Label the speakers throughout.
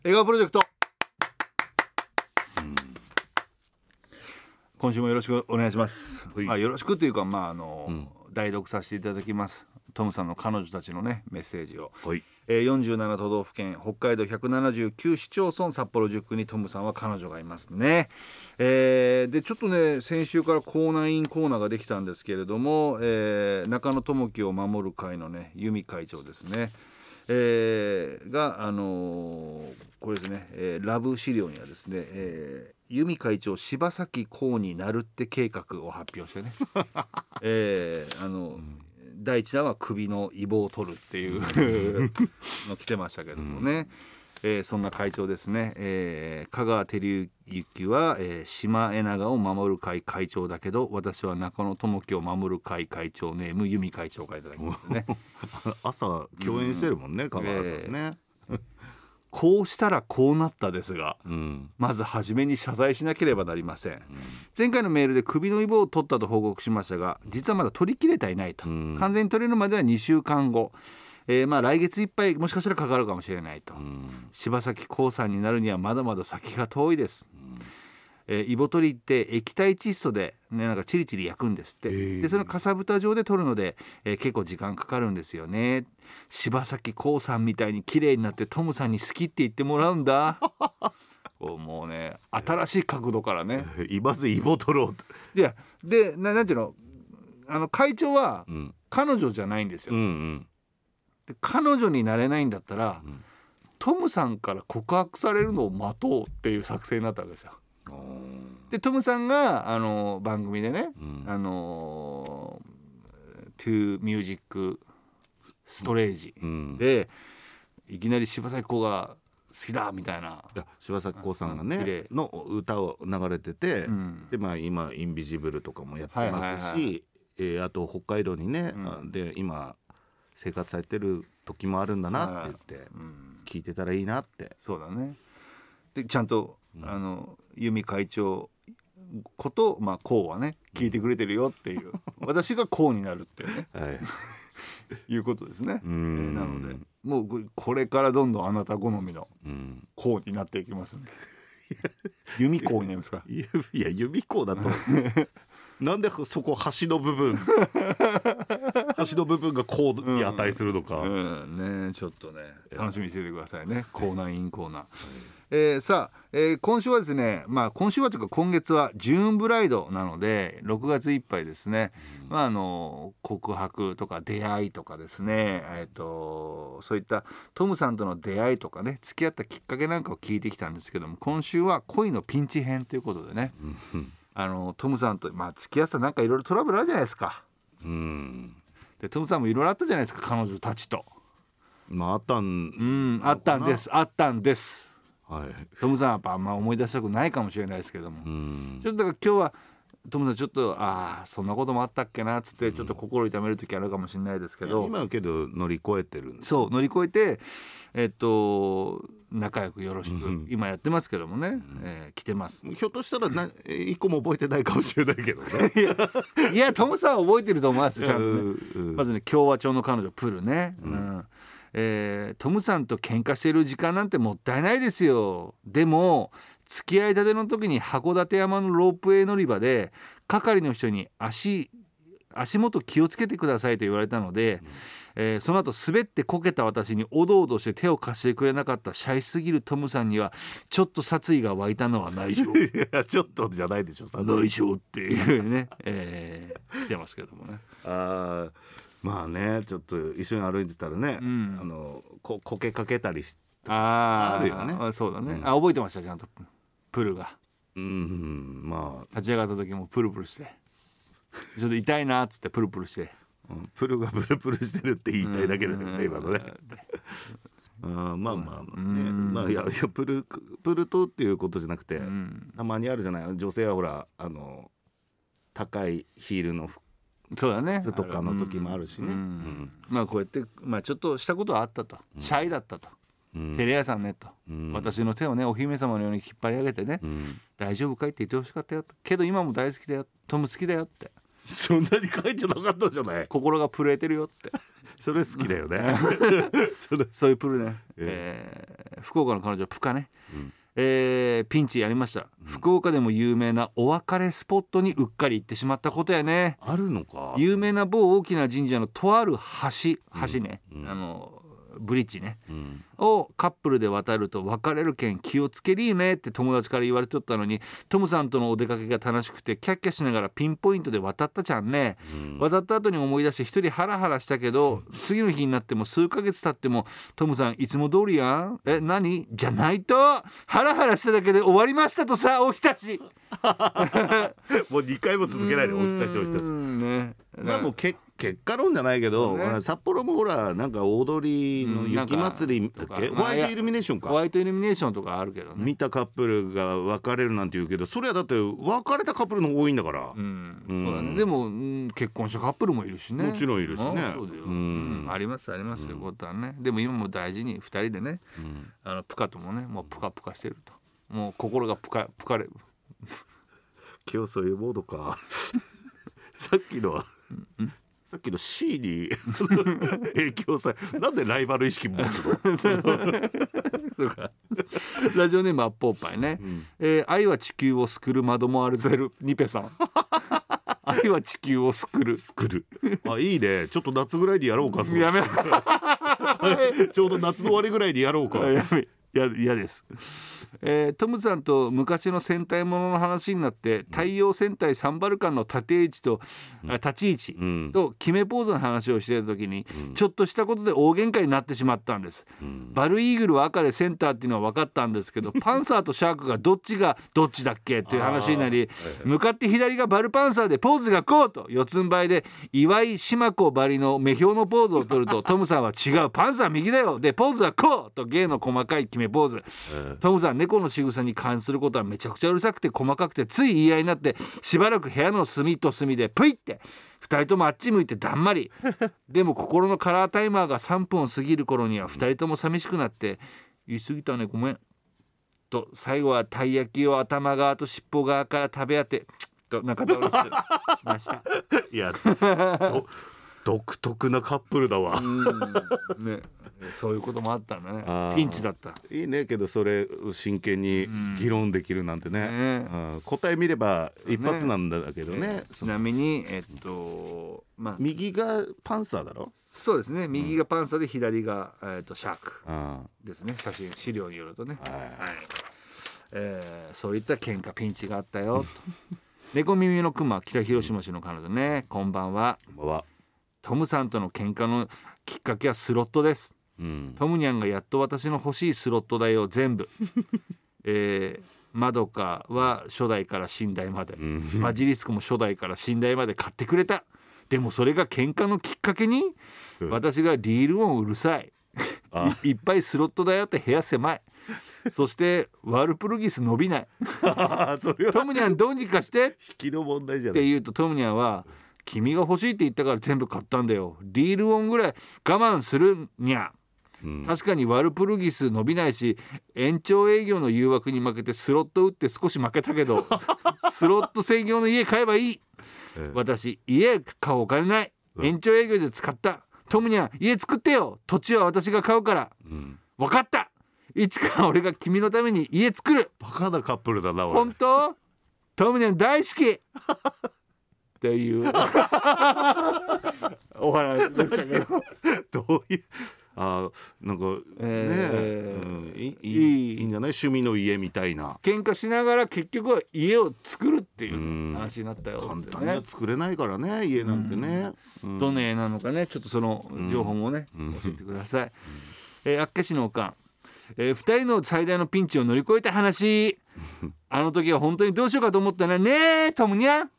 Speaker 1: 笑顔プロジェクト、今週もよろしくお願いします。よろしくというか、代読させていただきます。トムさんの彼女たちのねメッセージを、47都道府県、北海道179市町村、札幌10区にトムさんは彼女がいますね。でちょっとね、先週からコーナーインコーナーができたんですけれども、中野智樹を守る会のね由美会長ですね、がこれですね、ラブ資料にはですね、由美会長柴咲コウになるって計画を発表してね第一弾は首のイボを取るっていうの来てましたけどもね、そんな会長ですね。香川照之は、シマエナガを守る会会長だけど、私は中野智樹を守る会会長ネーム由美会長からいただきますね
Speaker 2: 朝共演してるもんね、香川さんね。
Speaker 1: こうしたらこうなったですが、まず初めに謝罪しなければなりません。前回のメールで首のイボを取ったと報告しましたが、実はまだ取り切れていないと、完全に取れるまでは2週間後、来月いっぱいもしかしたらかかるかもしれないと、柴咲コウさんになるにはまだまだ先が遠いです。イボ取りって液体窒素で、なんかチリチリ焼くんですって、でそのかさぶた状で取るので、結構時間かかるんですよね。柴咲コウさんみたいに綺麗になってトムさんに好きって言ってもらうんだもうね、新しい角度からね
Speaker 2: まずイボ取ろうと。
Speaker 1: いやでなんていうの、会長は彼女じゃないんですよ、で彼女になれないんだったら、トムさんから告白されるのを待とうっていう作戦になったわけですよ。でトムさんが番組でね、To Music ストレージで、いきなり柴咲コウが好きだみたいな、
Speaker 2: 柴咲コウさんがねの歌を流れてて、で今インビジブルとかもやってますし、あと北海道にね、で今生活されてる時もあるんだなって言って、聞いてたらいいなって。
Speaker 1: そうだね。でちゃんと由美会長ことコウはね聞いてくれてるよっていう私がコウになるってねいうことですね。なのでもうこれからどんどんあなた好みのコウになっていきますんで由美コウになりますか。
Speaker 2: いや由美コウだとなんでそこ端の部分がコウに値するのか、
Speaker 1: ね、ちょっとね楽しみにしててくださいね、コーナーインコーナー。さあ、今週はですね、今週はというか今月はジューンブライドなので6月いっぱいですね、告白とか出会いとかですね、そういったトムさんとの出会いとかね、付き合ったきっかけなんかを聞いてきたんですけども、今週は恋のピンチ編ということでね、トムさんと、付き合ってたなんかいろいろトラブルあるじゃないですか。でトムさんもいろいろあったじゃないですか、彼女たちと。
Speaker 2: あった
Speaker 1: んです、トムさんはやっぱあんま思い出したくないかもしれないですけども、ちょっとだから今日はトムさんちょっとそんなこともあったっけなっつってちょっと心痛める時あるかもしれないですけど、
Speaker 2: 今はけど乗り越えてるんです。
Speaker 1: そう乗り越えて仲良くよろしく、今やってますけどもね、来てます。
Speaker 2: ひょっとしたら一個も覚えてないかもしれないけどね
Speaker 1: いやトムさんは覚えてると思いますちゃんとね。まずね、共和町の彼女プルね、トムさんと喧嘩している時間なんてもったいないですよ。でも付き合いたての時に函館山のロープウェイ乗り場で係の人に足元気をつけてくださいと言われたので、その後滑ってこけた私におどおどして手を貸してくれなかったシャイすぎるトムさんにはちょっと殺意が湧いたのはないしょ
Speaker 2: いやちょっとじゃないでしょ、
Speaker 1: ないしょっていうね、来てますけどもね。
Speaker 2: まあね、ちょっと一緒に歩いてたらね、こけかけたり
Speaker 1: あ
Speaker 2: るよね。
Speaker 1: そうだね、覚えてました、ちゃんとプルが立ち上がった時もプルプルしてちょっと痛いなっつってプルプルして、
Speaker 2: プルがプルプルしてるって言いたいだけだよね、今のね。いやプルとっていうことじゃなくて、たまにあるじゃない、女性はほら高いヒールの服
Speaker 1: そうだね
Speaker 2: とかの時もあるしね、
Speaker 1: こうやって、ちょっとしたことはあったと、シャイだったと、テレ屋さんねと、私の手をねお姫様のように引っ張り上げてね、大丈夫かいって言ってほしかったよと、けど今も大好きだよ、トム好きだよって
Speaker 2: そんなに書いてなかったじゃない。
Speaker 1: 心が震えてるよって
Speaker 2: それ好きだよね
Speaker 1: そういうプルね、福岡の彼女プカね、ピンチやりました、福岡でも有名なお別れスポットにうっかり行ってしまったことやね。
Speaker 2: あるのか。
Speaker 1: 有名な某大きな神社のとある橋ね、ブリッジね、をカップルで渡ると別れるけん気をつけりーねって友達から言われとったのに、トムさんとのお出かけが楽しくてキャッキャしながらピンポイントで渡ったじゃんね、渡った後に思い出して一人ハラハラしたけど、次の日になっても数ヶ月経ってもトムさんいつも通りやん、何じゃないとハラハラしただけで終わりましたとさ、おひたし
Speaker 2: もう2回も続けないで、おひたしおひたしね。まあもう結果論じゃないけど、札幌もほらなんか踊りの雪祭りだっけ、ホワイトイルミネーションか、
Speaker 1: ホワイトイルミネーションとかあるけどね、
Speaker 2: 見たカップルが別れるなんて言うけど、それはだって別れたカップルの方が多いんだから、
Speaker 1: そうだね。でも、結婚したカップルもいるしね。
Speaker 2: もちろんいるしね。
Speaker 1: そうだよ、ありますありますよ、ことはね。でも今も大事に2人でね、プカともね、もうプカプカしてると、もう心がプカれ
Speaker 2: 今日そういうモードかさっきの C に影響され、なんでライバル意識持つの
Speaker 1: そうかラジオネームアッポーパイね、愛は地球を救う窓もあるゼルニペさん愛は地球を救う
Speaker 2: あ、いいね。ちょっと夏ぐらいでやろうか。
Speaker 1: やめ
Speaker 2: ちょうど夏の終わりぐらいでやろうか。
Speaker 1: 嫌です。トムさんと昔の戦隊ものの話になって太陽戦隊サンバルカンの立ち位置と決めポーズの話をしていた時に、ちょっとしたことで大喧嘩になってしまったんです、バルイーグルは赤でセンターっていうのは分かったんですけどパンサーとシャークがどっちだっけっていう話になり、向かって左がバルパンサーでポーズがこうと四つん這いで岩井島子ばりの目標のポーズを取るとトムさんは違う、パンサー右だよでポーズはこうと芸の細かい決めポーズ、トムさん猫の仕草に関することはめちゃくちゃうるさくて細かくてつい言い合いになって、しばらく部屋の隅と隅でプイって2人ともあっち向いてだんまりでも心のカラータイマーが3分を過ぎる頃には2人とも寂しくなって言い過ぎたねごめんと最後はたい焼きを頭側と尻尾側から食べ合ってと仲倒りしました
Speaker 2: いや独特なカップルだわ
Speaker 1: ね、そういうこともあったんだね。ピンチだった。
Speaker 2: いいね。けどそれ真剣に議論できるなんてね、答え見れば一発なんだけどね。
Speaker 1: ちなみに
Speaker 2: 右がパンサーだろ。
Speaker 1: そうですね。右がパンサーで左がシャークですね。資料によるとね、そういった喧嘩ピンチがあったよと猫耳のクマ北広島市の彼女ね、こんばんは。
Speaker 2: こんばんは。
Speaker 1: トムさんとの喧嘩のきっかけはスロットです、トムニャンがやっと私の欲しいスロット代を全部、マドカは初代から新代まで、バジリスクも初代から新代まで買ってくれた。でもそれが喧嘩のきっかけに、私がリール音うるさいいっぱいスロットだよって部屋狭いそしてワルプルギス伸びないトムニャンどうにかして
Speaker 2: 引きの問題じゃない
Speaker 1: って言うと、トムニャンは君が欲しいって言ったから全部買ったんだよ、リール音ぐらい我慢するにゃ、確かにワルプルギス伸びないし延長営業の誘惑に負けてスロット打って少し負けたけどスロット専業の家買えばいい、私家買うお金ない、延長営業で使った、トムニャン家作ってよ、土地は私が買うから、分かった、いつか俺が君のために家作る。
Speaker 2: バカなカップルだな俺。
Speaker 1: 本当？トムニャン大好きっていうお話でしたけど
Speaker 2: どういうなんかいいんじゃない、趣味の家みたいな。
Speaker 1: 喧嘩しながら結局は家を作るっていう話になったよ、
Speaker 2: 簡単には作れないからね家なんてね、
Speaker 1: どの家なのかね、ちょっとその情報もね、教えてください。厚岸のおかん、2人の最大のピンチを乗り越えた話あの時は本当にどうしようかと思ったねえトムニャン、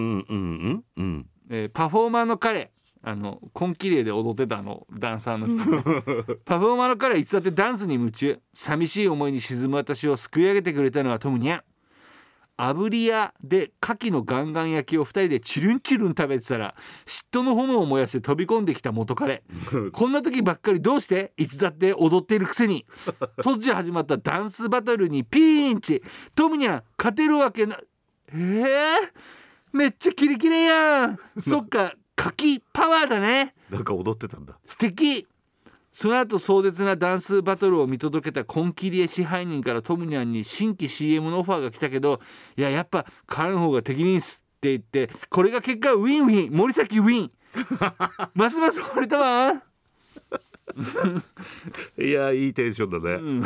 Speaker 1: パフォーマーの彼、コンキレイで踊ってたダンサーの人パフォーマーの彼はいつだってダンスに夢中、寂しい思いに沈む私を救い上げてくれたのはトムニャン。炙り屋で牡蠣のガンガン焼きを2人でチュルンチュルン食べてたら嫉妬の炎を燃やして飛び込んできた元彼こんな時ばっかりどうしていつだって踊っているくせに突如始まったダンスバトルにピンチ、トムニャン勝てるわけなめっちゃキレキレやんそっか柿パワーだね
Speaker 2: なんか踊ってたんだ。
Speaker 1: 素敵。その後壮絶なダンスバトルを見届けたコンキリエ支配人からトムニャンに新規 CM のオファーが来たけど、いややっぱ彼の方が適任っすって言って、これが結果ウィンウィン、森崎ウィンますます惚れたわ
Speaker 2: いやいいテンションだね、うん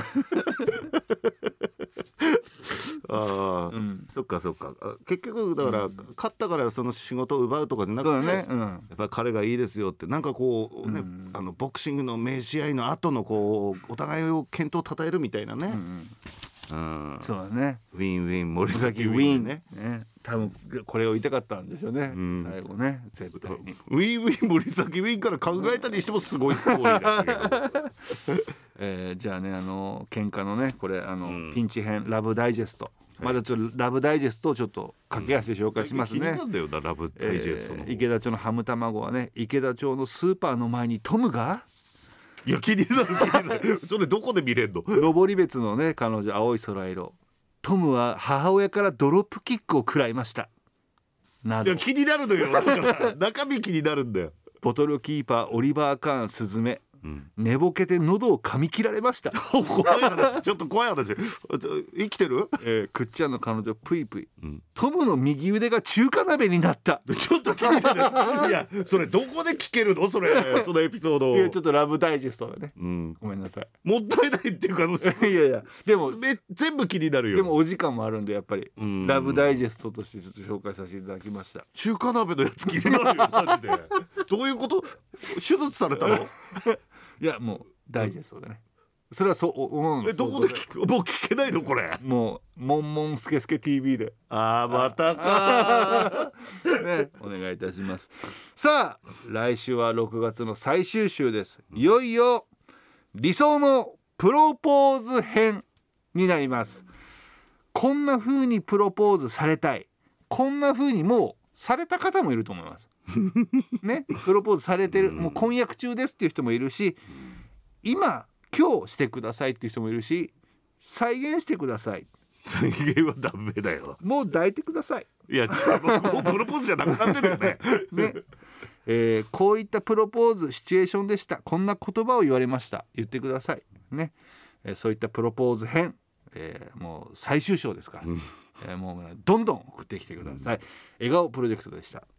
Speaker 2: あ、うん、そっかそっか。結局だから、勝ったからその仕事を奪うとかじゃなくて、ね、やっぱり彼がいいですよって、なんかこうね、ボクシングの名試合の後のこうお互いを健闘をたたえるみたいなね、
Speaker 1: そうだね、
Speaker 2: ウィンウィン森崎ウィンね、
Speaker 1: 多分これを言いたかったんでしょうね、最後ね、絶対に
Speaker 2: ウィンウィン森崎ウィンから考えたりしてもすごいストーリーだけど
Speaker 1: じゃあね、喧嘩のねこれピンチ編ラブダイジェスト、まだちょっとラブダイジェストをちょっと駆け足で紹介しますね、
Speaker 2: 気になるんだよなラブダイジェストの、
Speaker 1: 池田町のハム卵はね、池田町のスーパーの前にトムが、
Speaker 2: いや気になるそれどこで見れんの。
Speaker 1: 登別のね彼女青い空色、トムは母親からドロップキックを食らいましたなど。
Speaker 2: いや気になるのよ中身気になるんだよ。
Speaker 1: ボトルキーパーオリバー・カーンスズメ、寝ぼけて喉を噛み切られました
Speaker 2: 怖い話、ちょっと怖い話、生きてる、
Speaker 1: くっちゃんの彼女プイプイ、トムの右腕が中華鍋になった。
Speaker 2: ちょっと気になるいやそれどこで聞けるのそのエピソードを。
Speaker 1: いやちょっとラブダイジェストだね、ごめんなさい、
Speaker 2: もったいないっていうか
Speaker 1: いやいやでも
Speaker 2: 全部気になるよ。
Speaker 1: でもお時間もあるんでやっぱりラブダイジェストとしてちょっと紹介させていただきました。
Speaker 2: 中華鍋のやつ気になるよマジでどういうこと、手術されたの
Speaker 1: いやもうダイジェストでね、それはそう
Speaker 2: どこでもう聞けないのこれ、
Speaker 1: もうモンモンスケスケ TV で
Speaker 2: またか
Speaker 1: ね、お願いいたします。さあ来週は6月の最終週です。いよいよ理想のプロポーズ編になります。こんな風にプロポーズされたい、こんな風にもうされた方もいると思いますね、プロポーズされてる、もう婚約中ですっていう人もいるし、今日してくださいっていう人もいるし、再現してください、
Speaker 2: 再現はダメだよ、
Speaker 1: もう抱いてください、
Speaker 2: いやもうプロポーズじゃなくなってるよね
Speaker 1: ね、こういったプロポーズシチュエーションでした、こんな言葉を言われました、言ってくださいね、そういったプロポーズ編、もう最終章ですから、もうどんどん送ってきてください。笑顔プロジェクトでした。